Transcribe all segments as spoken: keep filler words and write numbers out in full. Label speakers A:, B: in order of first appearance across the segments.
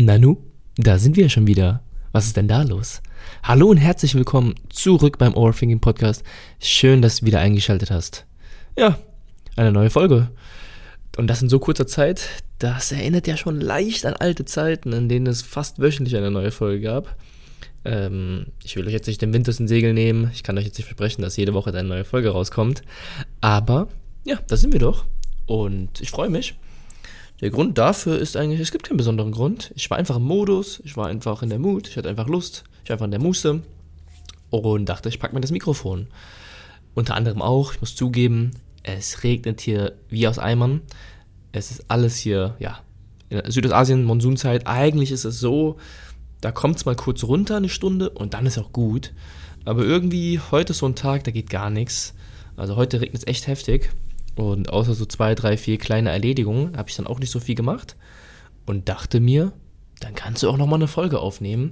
A: Nanu, da sind wir schon wieder. Was ist denn da los? Hallo und herzlich willkommen zurück beim Overthinking Podcast. Schön, dass du wieder eingeschaltet hast. Ja, eine neue Folge. Und das in so kurzer Zeit, das erinnert ja schon leicht an alte Zeiten, in denen es fast wöchentlich eine neue Folge gab. Ähm, ich will euch jetzt nicht den Wind aus den Segeln nehmen. Ich kann euch jetzt nicht versprechen, dass jede Woche eine neue Folge rauskommt. Aber ja, da sind wir doch. Und ich freue mich. Der Grund dafür ist eigentlich, es gibt keinen besonderen Grund. Ich war einfach im Modus, ich war einfach in der Mut, ich hatte einfach Lust, ich war einfach in der Muße und dachte, ich packe mir das Mikrofon. Unter anderem auch, ich muss zugeben, es regnet hier wie aus Eimern. Es ist alles hier, ja, in Südostasien, Monsunzeit. Eigentlich ist es so, da kommt es mal kurz runter, eine Stunde, und dann ist auch gut. Aber irgendwie, heute ist so ein Tag, da geht gar nichts. Also heute regnet es echt heftig. Und außer so zwei, drei, vier kleine Erledigungen habe ich dann auch nicht so viel gemacht. Und dachte mir, dann kannst du auch nochmal eine Folge aufnehmen.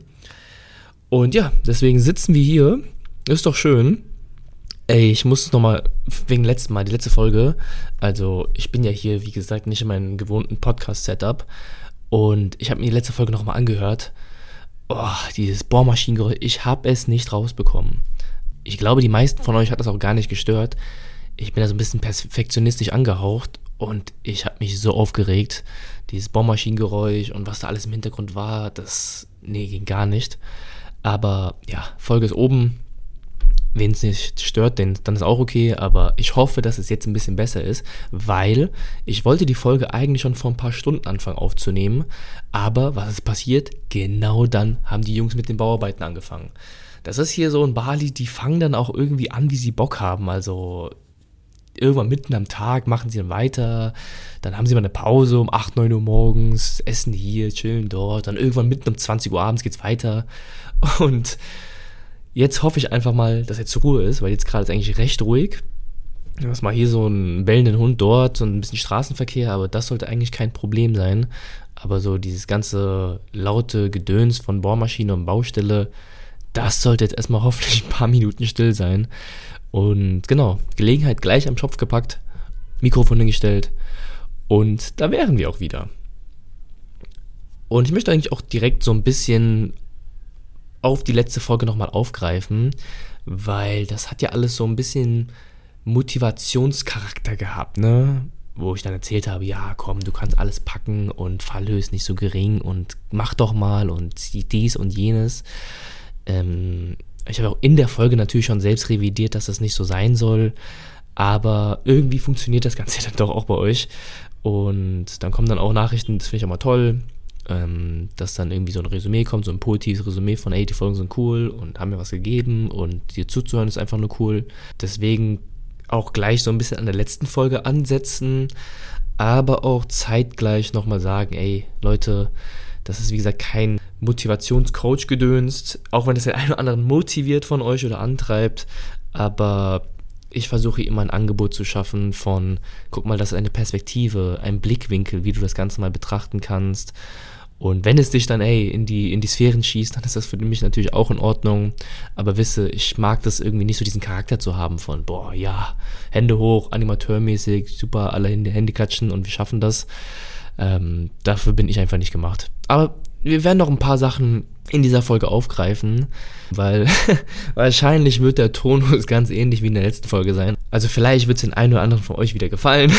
A: Und ja, deswegen sitzen wir hier. Ist doch schön. Ey, ich muss nochmal, wegen letzten Mal, die letzte Folge. Also ich bin ja hier, wie gesagt, nicht in meinem gewohnten Podcast-Setup. Und ich habe mir die letzte Folge nochmal angehört. Oh, dieses Bohrmaschinengeräusch, ich habe es nicht rausbekommen. Ich glaube, die meisten von euch hat das auch gar nicht gestört. Ich bin da so ein bisschen perfektionistisch angehaucht und ich habe mich so aufgeregt. Dieses Bohrmaschinengeräusch und was da alles im Hintergrund war, das, nee, ging gar nicht. Aber ja, Folge ist oben. Wen es nicht stört, denn, dann ist auch okay. Aber ich hoffe, dass es jetzt ein bisschen besser ist, weil ich wollte die Folge eigentlich schon vor ein paar Stunden anfangen aufzunehmen. Aber was ist passiert? Genau dann haben die Jungs mit den Bauarbeiten angefangen. Das ist hier so in Bali, die fangen dann auch irgendwie an, wie sie Bock haben. Also irgendwann mitten am Tag machen sie dann weiter, dann haben sie mal eine Pause um acht, neun Uhr morgens, essen hier, chillen dort, dann irgendwann mitten um zwanzig Uhr abends geht's weiter. Und jetzt hoffe ich einfach mal, dass jetzt Ruhe ist, weil jetzt gerade ist eigentlich recht ruhig. Du hast mal hier so einen bellenden Hund dort und ein bisschen Straßenverkehr, aber das sollte eigentlich kein Problem sein. Aber so dieses ganze laute Gedöns von Bohrmaschine und Baustelle, das sollte jetzt erstmal hoffentlich ein paar Minuten still sein. Und genau, Gelegenheit gleich am Schopf gepackt, Mikrofon hingestellt und da wären wir auch wieder. Und ich möchte eigentlich auch direkt so ein bisschen auf die letzte Folge nochmal aufgreifen, weil das hat ja alles so ein bisschen Motivationscharakter gehabt, ne? Wo ich dann erzählt habe, ja komm, du kannst alles packen und Fallhöhe ist nicht so gering und mach doch mal und dies und jenes. Ähm... Ich habe auch in der Folge natürlich schon selbst revidiert, dass das nicht so sein soll, aber irgendwie funktioniert das Ganze dann doch auch bei euch und dann kommen dann auch Nachrichten, das finde ich auch mal toll, ähm, dass dann irgendwie so ein Resümee kommt, so ein positives Resümee von, ey, die Folgen sind cool und haben mir was gegeben und dir zuzuhören ist einfach nur cool. Deswegen auch gleich so ein bisschen an der letzten Folge ansetzen, aber auch zeitgleich nochmal sagen, ey, Leute, das ist wie gesagt kein Motivationscoach gedönst, auch wenn es den einen oder anderen motiviert von euch oder antreibt, aber ich versuche immer ein Angebot zu schaffen von, guck mal, das ist eine Perspektive, ein Blickwinkel, wie du das Ganze mal betrachten kannst. Und wenn es dich dann, ey, in die, in die Sphären schießt, dann ist das für mich natürlich auch in Ordnung. Aber wisse, ich mag das irgendwie nicht so, diesen Charakter zu haben von, boah, ja, Hände hoch, animateurmäßig, super, alle Hände, Hände klatschen und wir schaffen das. Ähm, dafür bin ich einfach nicht gemacht. Aber wir werden noch ein paar Sachen in dieser Folge aufgreifen, weil wahrscheinlich wird der Tonus ganz ähnlich wie in der letzten Folge sein. Also vielleicht wird es den einen oder anderen von euch wieder gefallen.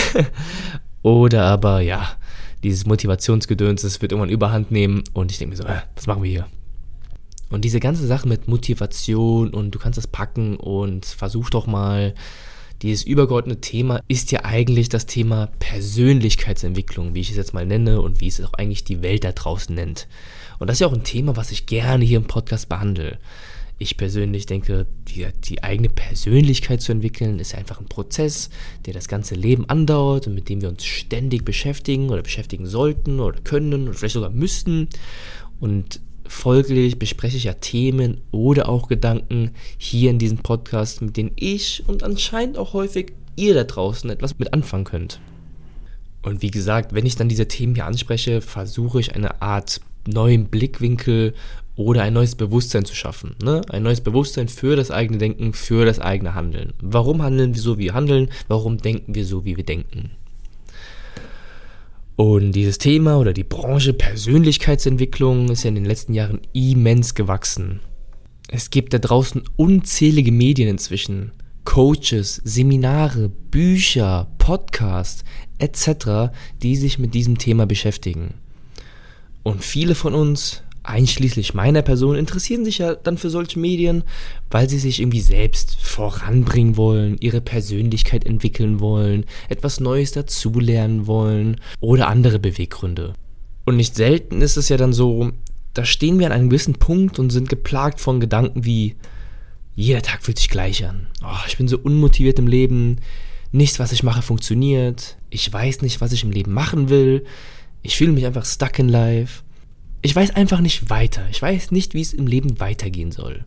A: Oder aber, ja, dieses Motivationsgedöns, das wird irgendwann Überhand nehmen und ich denke mir so, äh, was machen wir hier? Und diese ganze Sache mit Motivation und du kannst das packen und versuch doch mal, dieses übergeordnete Thema ist ja eigentlich das Thema Persönlichkeitsentwicklung, wie ich es jetzt mal nenne und wie es auch eigentlich die Welt da draußen nennt. Und das ist ja auch ein Thema, was ich gerne hier im Podcast behandle. Ich persönlich denke, die, die eigene Persönlichkeit zu entwickeln, ist einfach ein Prozess, der das ganze Leben andauert und mit dem wir uns ständig beschäftigen oder beschäftigen sollten oder können oder vielleicht sogar müssten. Und folglich bespreche ich ja Themen oder auch Gedanken hier in diesem Podcast, mit denen ich und anscheinend auch häufig ihr da draußen etwas mit anfangen könnt. Und wie gesagt, wenn ich dann diese Themen hier anspreche, versuche ich eine Art neuen Blickwinkel oder ein neues Bewusstsein zu schaffen. Ne? Ein neues Bewusstsein für das eigene Denken, für das eigene Handeln. Warum handeln wir so, wie wir handeln? Warum denken wir so, wie wir denken? Und dieses Thema oder die Branche Persönlichkeitsentwicklung ist ja in den letzten Jahren immens gewachsen. Es gibt da draußen unzählige Medien inzwischen, Coaches, Seminare, Bücher, Podcasts et cetera, die sich mit diesem Thema beschäftigen. Und viele von uns, einschließlich meiner Person, interessieren sich ja dann für solche Medien, weil sie sich irgendwie selbst voranbringen wollen, ihre Persönlichkeit entwickeln wollen, etwas Neues dazulernen wollen oder andere Beweggründe. Und nicht selten ist es ja dann so, da stehen wir an einem gewissen Punkt und sind geplagt von Gedanken wie: Jeder Tag fühlt sich gleich an. Oh, ich bin so unmotiviert im Leben. Nichts, was ich mache, funktioniert. Ich weiß nicht, was ich im Leben machen will. Ich fühle mich einfach stuck in life. Ich weiß einfach nicht weiter. Ich weiß nicht, wie es im Leben weitergehen soll.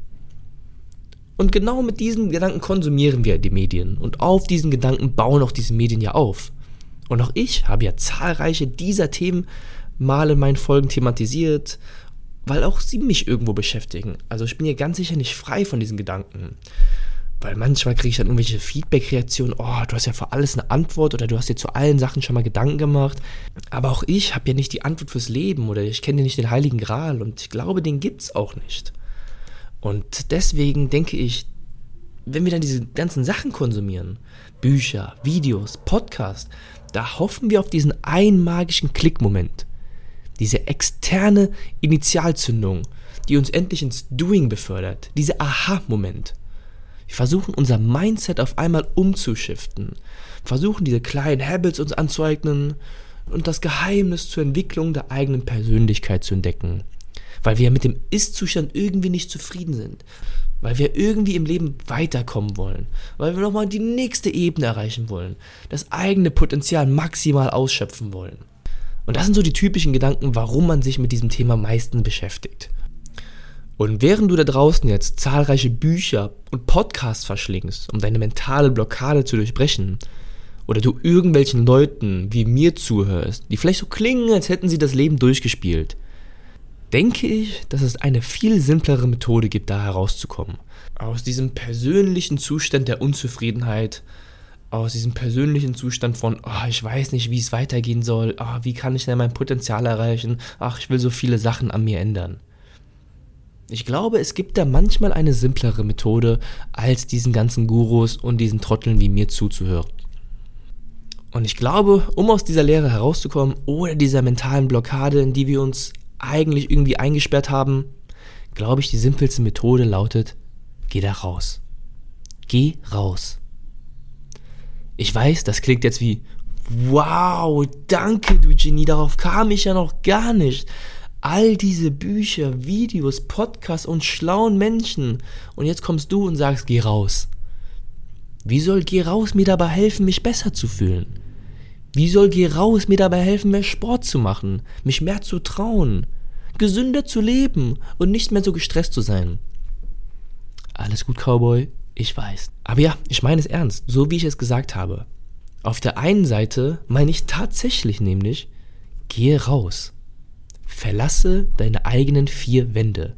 A: Und genau mit diesen Gedanken konsumieren wir die Medien. Und auf diesen Gedanken bauen auch diese Medien ja auf. Und auch ich habe ja zahlreiche dieser Themen mal in meinen Folgen thematisiert, weil auch sie mich irgendwo beschäftigen. Also ich bin hier ganz sicher nicht frei von diesen Gedanken. Weil manchmal kriege ich dann irgendwelche Feedback-Reaktionen, oh, du hast ja für alles eine Antwort oder du hast dir zu allen Sachen schon mal Gedanken gemacht. Aber auch ich habe ja nicht die Antwort fürs Leben oder ich kenne ja nicht den Heiligen Gral und ich glaube, den gibt's auch nicht. Und deswegen denke ich, wenn wir dann diese ganzen Sachen konsumieren, Bücher, Videos, Podcasts, da hoffen wir auf diesen einen magischen Klickmoment. Diese externe Initialzündung, die uns endlich ins Doing befördert, dieser Aha-Moment. Wir versuchen unser Mindset auf einmal umzuschiften, versuchen diese kleinen Habits uns anzueignen und das Geheimnis zur Entwicklung der eigenen Persönlichkeit zu entdecken. Weil wir mit dem Ist-Zustand irgendwie nicht zufrieden sind, weil wir irgendwie im Leben weiterkommen wollen, weil wir nochmal die nächste Ebene erreichen wollen, das eigene Potenzial maximal ausschöpfen wollen. Und das sind so die typischen Gedanken, warum man sich mit diesem Thema am meisten beschäftigt. Und während du da draußen jetzt zahlreiche Bücher und Podcasts verschlingst, um deine mentale Blockade zu durchbrechen, oder du irgendwelchen Leuten wie mir zuhörst, die vielleicht so klingen, als hätten sie das Leben durchgespielt, denke ich, dass es eine viel simplere Methode gibt, da herauszukommen. Aus diesem persönlichen Zustand der Unzufriedenheit, aus diesem persönlichen Zustand von, oh, ich weiß nicht, wie es weitergehen soll, oh, wie kann ich denn mein Potenzial erreichen, ach, ich will so viele Sachen an mir ändern. Ich glaube, es gibt da manchmal eine simplere Methode, als diesen ganzen Gurus und diesen Trotteln wie mir zuzuhören. Und ich glaube, um aus dieser Leere herauszukommen oder dieser mentalen Blockade, in die wir uns eigentlich irgendwie eingesperrt haben, glaube ich, die simpelste Methode lautet: Geh da raus. Geh raus. Ich weiß, das klingt jetzt wie, wow, danke du Genie, darauf kam ich ja noch gar nicht. All diese Bücher, Videos, Podcasts und schlauen Menschen. Und jetzt kommst du und sagst, geh raus. Wie soll geh raus mir dabei helfen, mich besser zu fühlen? Wie soll geh raus mir dabei helfen, mehr Sport zu machen, mich mehr zu trauen, gesünder zu leben und nicht mehr so gestresst zu sein? Alles gut, Cowboy, ich weiß. Aber ja, ich meine es ernst, so wie ich es gesagt habe. Auf der einen Seite meine ich tatsächlich nämlich, gehe raus. Verlasse deine eigenen vier Wände.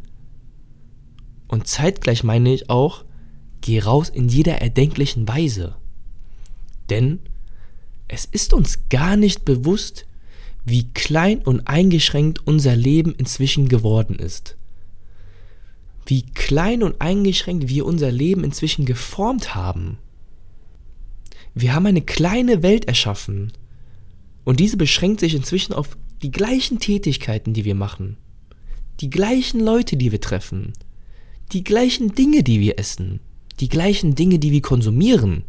A: Und zeitgleich meine ich auch, geh raus in jeder erdenklichen Weise. Denn es ist uns gar nicht bewusst, wie klein und eingeschränkt unser Leben inzwischen geworden ist. Wie klein und eingeschränkt wir unser Leben inzwischen geformt haben. Wir haben eine kleine Welt erschaffen und diese beschränkt sich inzwischen auf die gleichen Tätigkeiten, die wir machen, die gleichen Leute, die wir treffen, die gleichen Dinge, die wir essen, die gleichen Dinge, die wir konsumieren.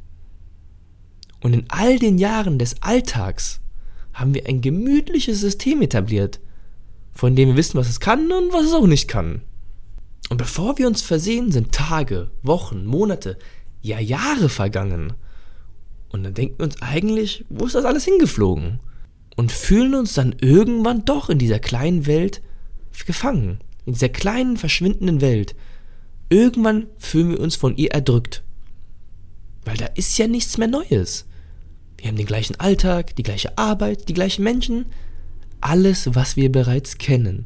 A: Und in all den Jahren des Alltags haben wir ein gemütliches System etabliert, von dem wir wissen, was es kann und was es auch nicht kann. Und bevor wir uns versehen, sind Tage, Wochen, Monate, ja Jahre vergangen. Und dann denken wir uns eigentlich, wo ist das alles hingeflogen? Und fühlen uns dann irgendwann doch in dieser kleinen Welt gefangen. In dieser kleinen, verschwindenden Welt. Irgendwann fühlen wir uns von ihr erdrückt. Weil da ist ja nichts mehr Neues. Wir haben den gleichen Alltag, die gleiche Arbeit, die gleichen Menschen. Alles, was wir bereits kennen.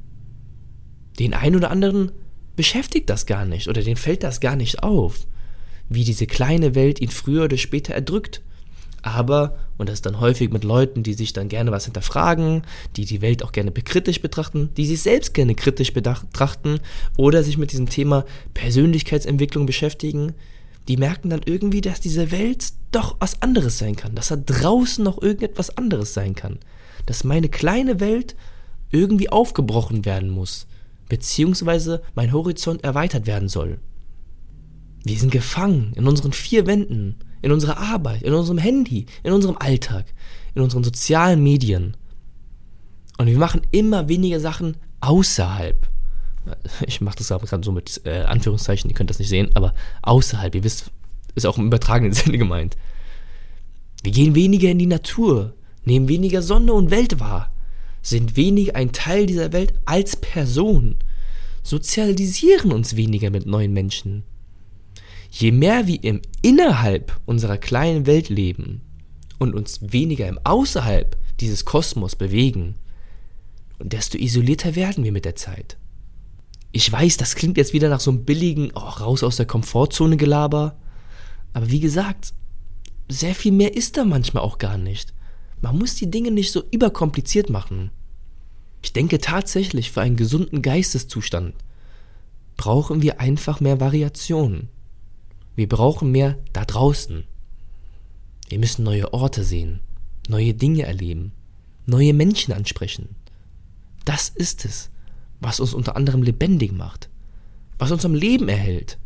A: Den einen oder anderen beschäftigt das gar nicht oder denen fällt das gar nicht auf, wie diese kleine Welt ihn früher oder später erdrückt. Aber, und das ist dann häufig mit Leuten, die sich dann gerne was hinterfragen, die die Welt auch gerne kritisch betrachten, die sich selbst gerne kritisch betrachten oder sich mit diesem Thema Persönlichkeitsentwicklung beschäftigen, die merken dann irgendwie, dass diese Welt doch was anderes sein kann, dass da draußen noch irgendetwas anderes sein kann, dass meine kleine Welt irgendwie aufgebrochen werden muss, beziehungsweise mein Horizont erweitert werden soll. Wir sind gefangen in unseren vier Wänden, in unserer Arbeit, in unserem Handy, in unserem Alltag, in unseren sozialen Medien. Und wir machen immer weniger Sachen außerhalb. Ich mache das gerade so mit äh, Anführungszeichen, ihr könnt das nicht sehen, aber außerhalb, ihr wisst, ist auch im übertragenen Sinne gemeint. Wir gehen weniger in die Natur, nehmen weniger Sonne und Welt wahr, sind weniger ein Teil dieser Welt als Person, sozialisieren uns weniger mit neuen Menschen. Je mehr wir im Innerhalb unserer kleinen Welt leben und uns weniger im Außerhalb dieses Kosmos bewegen, desto isolierter werden wir mit der Zeit. Ich weiß, das klingt jetzt wieder nach so einem billigen, oh, raus aus der Komfortzone Gelaber, aber wie gesagt, sehr viel mehr ist da manchmal auch gar nicht. Man muss die Dinge nicht so überkompliziert machen. Ich denke tatsächlich, für einen gesunden Geisteszustand brauchen wir einfach mehr Variation. Wir brauchen mehr da draußen. Wir müssen neue Orte sehen, neue Dinge erleben, neue Menschen ansprechen. Das ist es, was uns unter anderem lebendig macht, was uns am Leben erhält.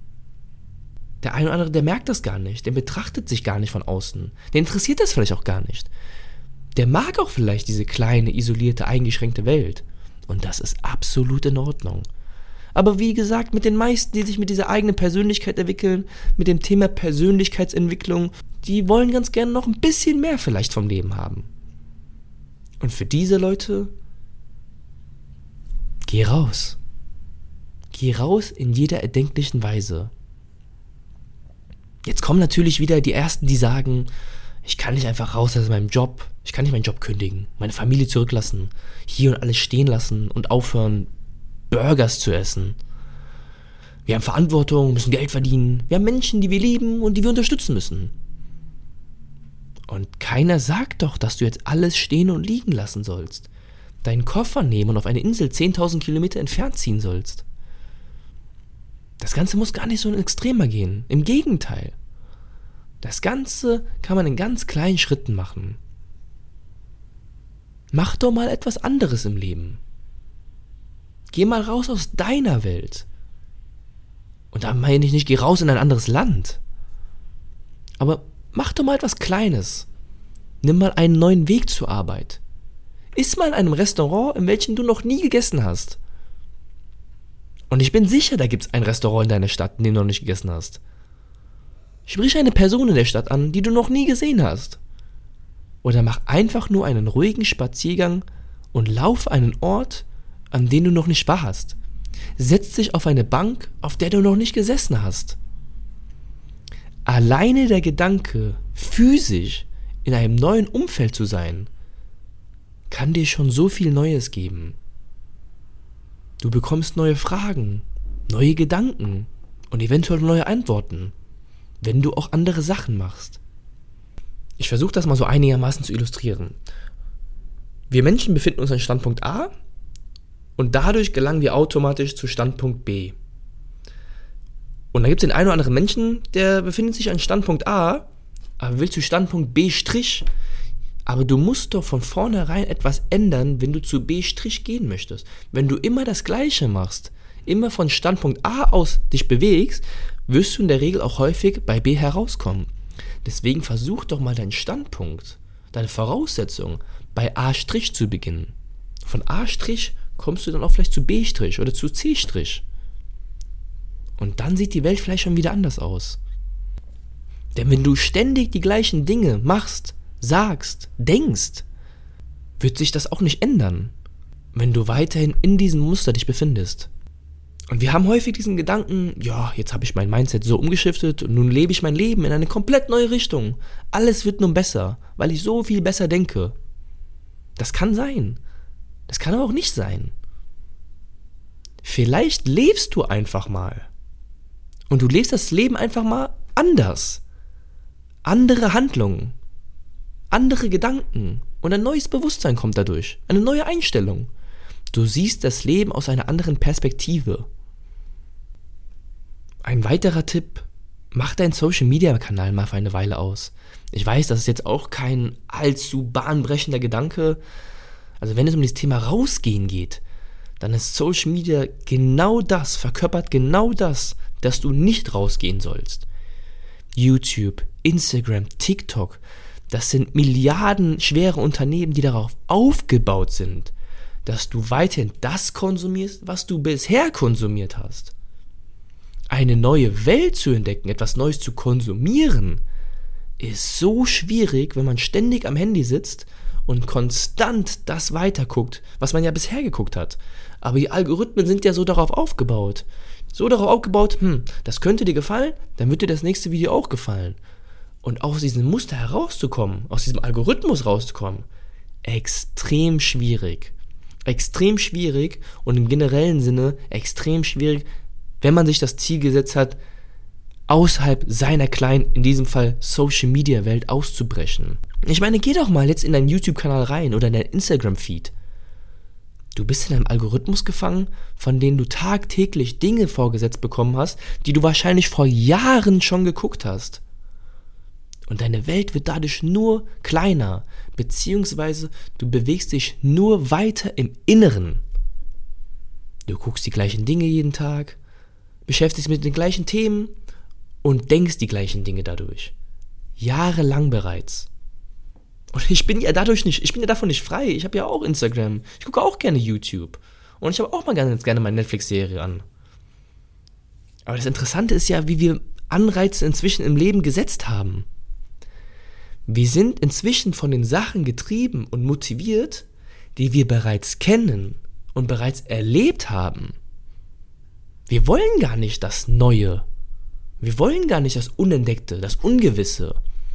A: Der eine oder andere, der merkt das gar nicht, der betrachtet sich gar nicht von außen, der interessiert das vielleicht auch gar nicht. Der mag auch vielleicht diese kleine, isolierte, eingeschränkte Welt. Und das ist absolut in Ordnung. Aber wie gesagt, mit den meisten, die sich mit dieser eigenen Persönlichkeit entwickeln, mit dem Thema Persönlichkeitsentwicklung, die wollen ganz gerne noch ein bisschen mehr vielleicht vom Leben haben. Und für diese Leute, geh raus. Geh raus in jeder erdenklichen Weise. Jetzt kommen natürlich wieder die Ersten, die sagen, ich kann nicht einfach raus aus meinem Job, ich kann nicht meinen Job kündigen, meine Familie zurücklassen, hier und alles stehen lassen und aufhören, Burgers zu essen. Wir haben Verantwortung, müssen Geld verdienen, wir haben Menschen, die wir lieben und die wir unterstützen müssen. Und keiner sagt doch, dass du jetzt alles stehen und liegen lassen sollst, deinen Koffer nehmen und auf eine Insel zehntausend Kilometer entfernt ziehen sollst. Das Ganze muss gar nicht so in Extremer gehen, im Gegenteil. Das Ganze kann man in ganz kleinen Schritten machen. Mach doch mal etwas anderes im Leben. Geh mal raus aus deiner Welt. Und da meine ich nicht, geh raus in ein anderes Land. Aber mach doch mal etwas Kleines. Nimm mal einen neuen Weg zur Arbeit. Iss mal in einem Restaurant, in welchem du noch nie gegessen hast. Und ich bin sicher, da gibt es ein Restaurant in deiner Stadt, in dem du noch nicht gegessen hast. Sprich eine Person in der Stadt an, die du noch nie gesehen hast. Oder mach einfach nur einen ruhigen Spaziergang und lauf einen Ort, an den du noch nicht warst. Setz dich auf eine Bank, auf der du noch nicht gesessen hast. Alleine der Gedanke, physisch in einem neuen Umfeld zu sein, kann dir schon so viel Neues geben. Du bekommst neue Fragen, neue Gedanken und eventuell neue Antworten, wenn du auch andere Sachen machst. Ich versuche das mal so einigermaßen zu illustrieren. Wir Menschen befinden uns an Standpunkt A und dadurch gelangen wir automatisch zu Standpunkt B. Und dann gibt es den einen oder anderen Menschen, der befindet sich an Standpunkt A, aber will zu Standpunkt B'. Aber du musst doch von vornherein etwas ändern, wenn du zu B' gehen möchtest. Wenn du immer das Gleiche machst, immer von Standpunkt A aus dich bewegst, wirst du in der Regel auch häufig bei B herauskommen. Deswegen versuch doch mal deinen Standpunkt, deine Voraussetzung bei A' zu beginnen. Von A' kommst du dann auch vielleicht zu B' oder zu C'. Und dann sieht die Welt vielleicht schon wieder anders aus. Denn wenn du ständig die gleichen Dinge machst, sagst, denkst, wird sich das auch nicht ändern, wenn du weiterhin in diesem Muster dich befindest. Und wir haben häufig diesen Gedanken, ja, jetzt habe ich mein Mindset so umgeschiftet und nun lebe ich mein Leben in eine komplett neue Richtung. Alles wird nun besser, weil ich so viel besser denke. Das kann sein. Das kann aber auch nicht sein. Vielleicht lebst du einfach mal. Und du lebst das Leben einfach mal anders. Andere Handlungen, andere Gedanken und ein neues Bewusstsein kommt dadurch, eine neue Einstellung. Du siehst das Leben aus einer anderen Perspektive. Ein weiterer Tipp: Mach deinen Social-Media-Kanal mal für eine Weile aus. Ich weiß, das ist jetzt auch kein allzu bahnbrechender Gedanke. Also wenn es um das Thema Rausgehen geht, dann ist Social Media genau das, verkörpert genau das, dass du nicht rausgehen sollst. YouTube, Instagram, TikTok, das sind milliardenschwere Unternehmen, die darauf aufgebaut sind, dass du weiterhin das konsumierst, was du bisher konsumiert hast. Eine neue Welt zu entdecken, etwas Neues zu konsumieren, ist so schwierig, wenn man ständig am Handy sitzt und konstant das weiterguckt, was man ja bisher geguckt hat. Aber die Algorithmen sind ja so darauf aufgebaut. So darauf aufgebaut, hm, das könnte dir gefallen, dann wird dir das nächste Video auch gefallen. Und aus diesem Muster herauszukommen, aus diesem Algorithmus rauszukommen, extrem schwierig. Extrem schwierig und im generellen Sinne extrem schwierig, wenn man sich das Ziel gesetzt hat, außerhalb seiner kleinen, in diesem Fall Social-Media-Welt auszubrechen. Ich meine, geh doch mal jetzt in deinen YouTube-Kanal rein oder in deinen Instagram-Feed. Du bist in einem Algorithmus gefangen, von dem du tagtäglich Dinge vorgesetzt bekommen hast, die du wahrscheinlich vor Jahren schon geguckt hast. Und deine Welt wird dadurch nur kleiner, beziehungsweise du bewegst dich nur weiter im Inneren. Du guckst die gleichen Dinge jeden Tag, beschäftigst dich mit den gleichen Themen und denkst die gleichen Dinge dadurch. Jahrelang bereits. Und ich bin ja dadurch nicht, ich bin ja davon nicht frei. Ich habe ja auch Instagram. Ich gucke auch gerne YouTube. Und ich habe auch mal ganz gerne meine Netflix-Serie an. Aber das Interessante ist ja, wie wir Anreize inzwischen im Leben gesetzt haben. Wir sind inzwischen von den Sachen getrieben und motiviert, die wir bereits kennen und bereits erlebt haben. Wir wollen gar nicht das Neue. Wir wollen gar nicht das Unentdeckte, das Ungewisse.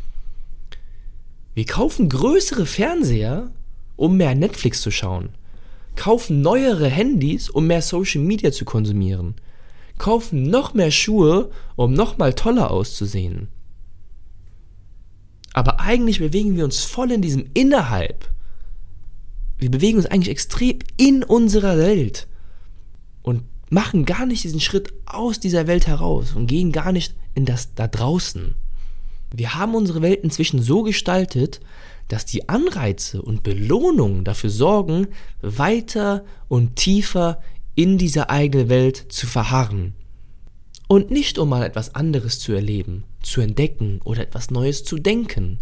A: Wir kaufen größere Fernseher, um mehr Netflix zu schauen. Kaufen neuere Handys, um mehr Social Media zu konsumieren. Kaufen noch mehr Schuhe, um noch mal toller auszusehen. Aber eigentlich bewegen wir uns voll in diesem Innerhalb. Wir bewegen uns eigentlich extrem in unserer Welt und machen gar nicht diesen Schritt aus dieser Welt heraus und gehen gar nicht in das da draußen. Wir haben unsere Welt inzwischen so gestaltet, dass die Anreize und Belohnungen dafür sorgen, weiter und tiefer in dieser eigenen Welt zu verharren. Und nicht um mal etwas anderes zu erleben, zu entdecken oder etwas Neues zu denken.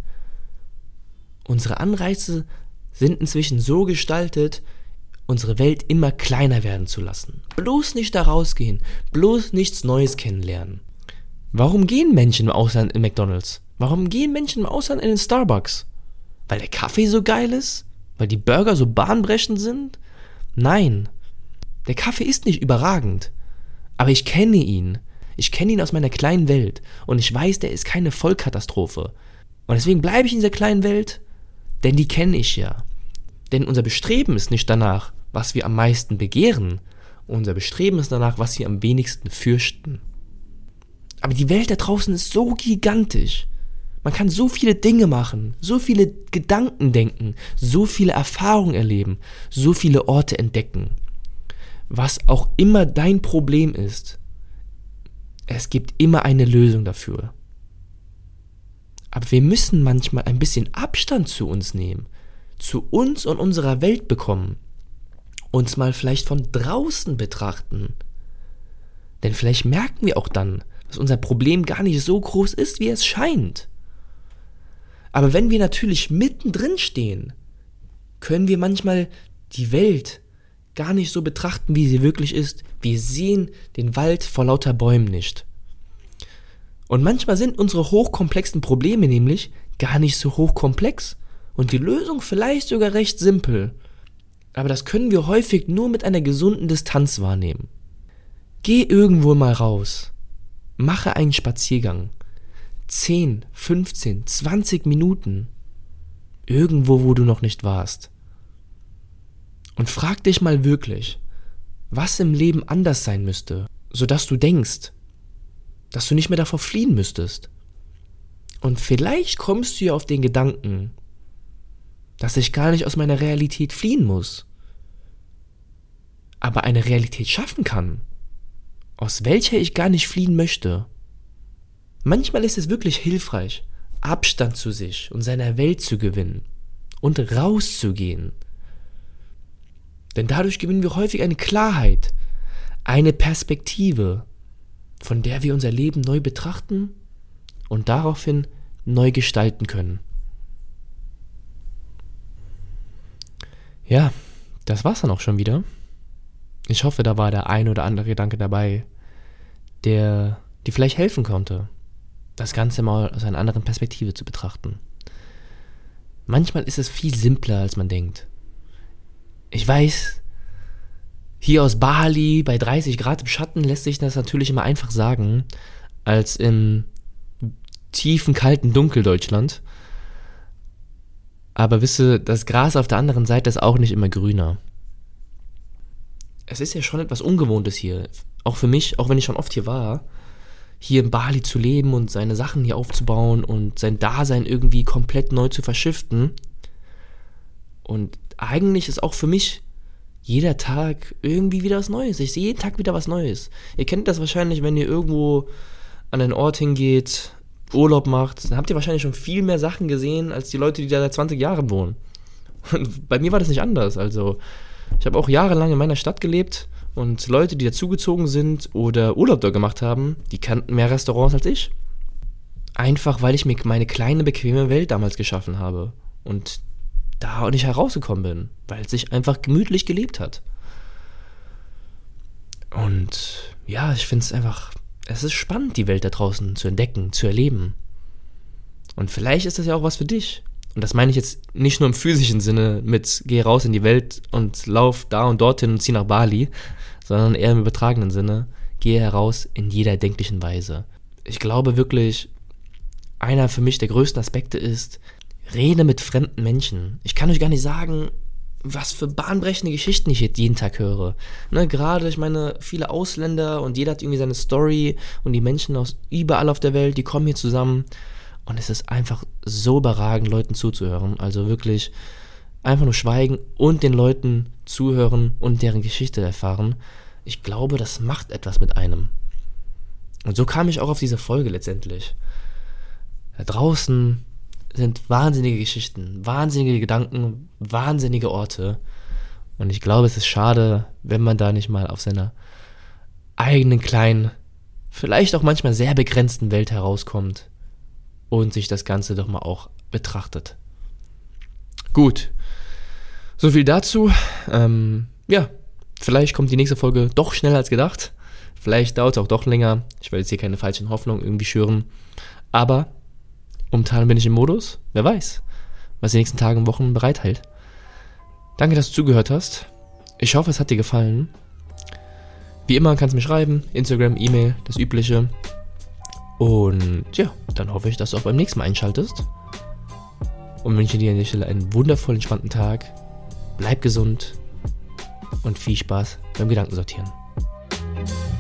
A: Unsere Anreize sind inzwischen so gestaltet, unsere Welt immer kleiner werden zu lassen. Bloß nicht da rausgehen, bloß nichts Neues kennenlernen. Warum gehen Menschen im Ausland in McDonald's? Warum gehen Menschen im Ausland in den Starbucks? Weil der Kaffee so geil ist? Weil die Burger so bahnbrechend sind? Nein, der Kaffee ist nicht überragend, aber ich kenne ihn. Ich kenne ihn aus meiner kleinen Welt und ich weiß, der ist keine Vollkatastrophe. Und deswegen bleibe ich in dieser kleinen Welt, denn die kenne ich ja. Denn unser Bestreben ist nicht danach, was wir am meisten begehren. Unser Bestreben ist danach, was wir am wenigsten fürchten. Aber die Welt da draußen ist so gigantisch. Man kann so viele Dinge machen, so viele Gedanken denken, so viele Erfahrungen erleben, so viele Orte entdecken. Was auch immer dein Problem ist, es gibt immer eine Lösung dafür. Aber wir müssen manchmal ein bisschen Abstand zu uns nehmen, zu uns und unserer Welt bekommen, uns mal vielleicht von draußen betrachten. Denn vielleicht merken wir auch dann, dass unser Problem gar nicht so groß ist, wie es scheint. Aber wenn wir natürlich mittendrin stehen, können wir manchmal die Welt gar nicht so betrachten, wie sie wirklich ist. Wir sehen den Wald vor lauter Bäumen nicht. Und manchmal sind unsere hochkomplexen Probleme nämlich gar nicht so hochkomplex und die Lösung vielleicht sogar recht simpel. Aber das können wir häufig nur mit einer gesunden Distanz wahrnehmen. Geh irgendwo mal raus. Mache einen Spaziergang. zehn, fünfzehn, zwanzig Minuten. Irgendwo, wo du noch nicht warst. Und frag dich mal wirklich, was im Leben anders sein müsste, sodass du denkst, dass du nicht mehr davor fliehen müsstest. Und vielleicht kommst du ja auf den Gedanken, dass ich gar nicht aus meiner Realität fliehen muss, aber eine Realität schaffen kann, aus welcher ich gar nicht fliehen möchte. Manchmal ist es wirklich hilfreich, Abstand zu sich und seiner Welt zu gewinnen und rauszugehen. Denn dadurch gewinnen wir häufig eine Klarheit, eine Perspektive, von der wir unser Leben neu betrachten und daraufhin neu gestalten können. Ja, das war's dann auch schon wieder. Ich hoffe, da war der ein oder andere Gedanke dabei, der dir vielleicht helfen konnte, das Ganze mal aus einer anderen Perspektive zu betrachten. Manchmal ist es viel simpler, als man denkt. Ich weiß, hier aus Bali bei dreißig Grad im Schatten lässt sich das natürlich immer einfach sagen, als im tiefen, kalten Dunkeldeutschland. Aber wisse, das Gras auf der anderen Seite ist auch nicht immer grüner. Es ist ja schon etwas Ungewohntes hier, auch für mich, auch wenn ich schon oft hier war, hier in Bali zu leben und seine Sachen hier aufzubauen und sein Dasein irgendwie komplett neu zu verschiften. Und eigentlich ist auch für mich jeder Tag irgendwie wieder was Neues. Ich sehe jeden Tag wieder was Neues. Ihr kennt das wahrscheinlich, wenn ihr irgendwo an einen Ort hingeht, Urlaub macht, dann habt ihr wahrscheinlich schon viel mehr Sachen gesehen, als die Leute, die da seit zwanzig Jahren wohnen. Und bei mir war das nicht anders. Also ich habe auch jahrelang in meiner Stadt gelebt und Leute, die dazugezogen sind oder Urlaub da gemacht haben, die kannten mehr Restaurants als ich. Einfach, weil ich mir meine kleine, bequeme Welt damals geschaffen habe und da auch nicht herausgekommen bin, weil es sich einfach gemütlich gelebt hat. Und ja, ich finde es einfach, es ist spannend, die Welt da draußen zu entdecken, zu erleben. Und vielleicht ist das ja auch was für dich. Und das meine ich jetzt nicht nur im physischen Sinne mit geh raus in die Welt und lauf da und dorthin und zieh nach Bali, sondern eher im übertragenen Sinne, gehe heraus in jeder erdenklichen Weise. Ich glaube wirklich, einer für mich der größten Aspekte ist, rede mit fremden Menschen. Ich kann euch gar nicht sagen, was für bahnbrechende Geschichten ich jetzt jeden Tag höre. Ne, gerade, ich meine, viele Ausländer und jeder hat irgendwie seine Story und die Menschen aus überall auf der Welt, die kommen hier zusammen und es ist einfach so überragend, Leuten zuzuhören. Also wirklich einfach nur schweigen und den Leuten zuhören und deren Geschichte erfahren. Ich glaube, das macht etwas mit einem. Und so kam ich auch auf diese Folge letztendlich. Da draußen sind wahnsinnige Geschichten, wahnsinnige Gedanken, wahnsinnige Orte. Und ich glaube, es ist schade, wenn man da nicht mal auf seiner eigenen kleinen, vielleicht auch manchmal sehr begrenzten Welt herauskommt und sich das Ganze doch mal auch betrachtet. Gut, so viel dazu. Ähm, ja, vielleicht kommt die nächste Folge doch schneller als gedacht. Vielleicht dauert es auch doch länger. Ich will jetzt hier keine falschen Hoffnungen irgendwie schüren. Aber momentan bin ich im Modus. Wer weiß, was die nächsten Tage und Wochen bereithält. Danke, dass du zugehört hast. Ich hoffe, es hat dir gefallen. Wie immer kannst du mir schreiben. Instagram, E-Mail, das Übliche. Und ja, dann hoffe ich, dass du auch beim nächsten Mal einschaltest. Und wünsche dir an der Stelle einen wundervollen, entspannten Tag. Bleib gesund und viel Spaß beim Gedankensortieren.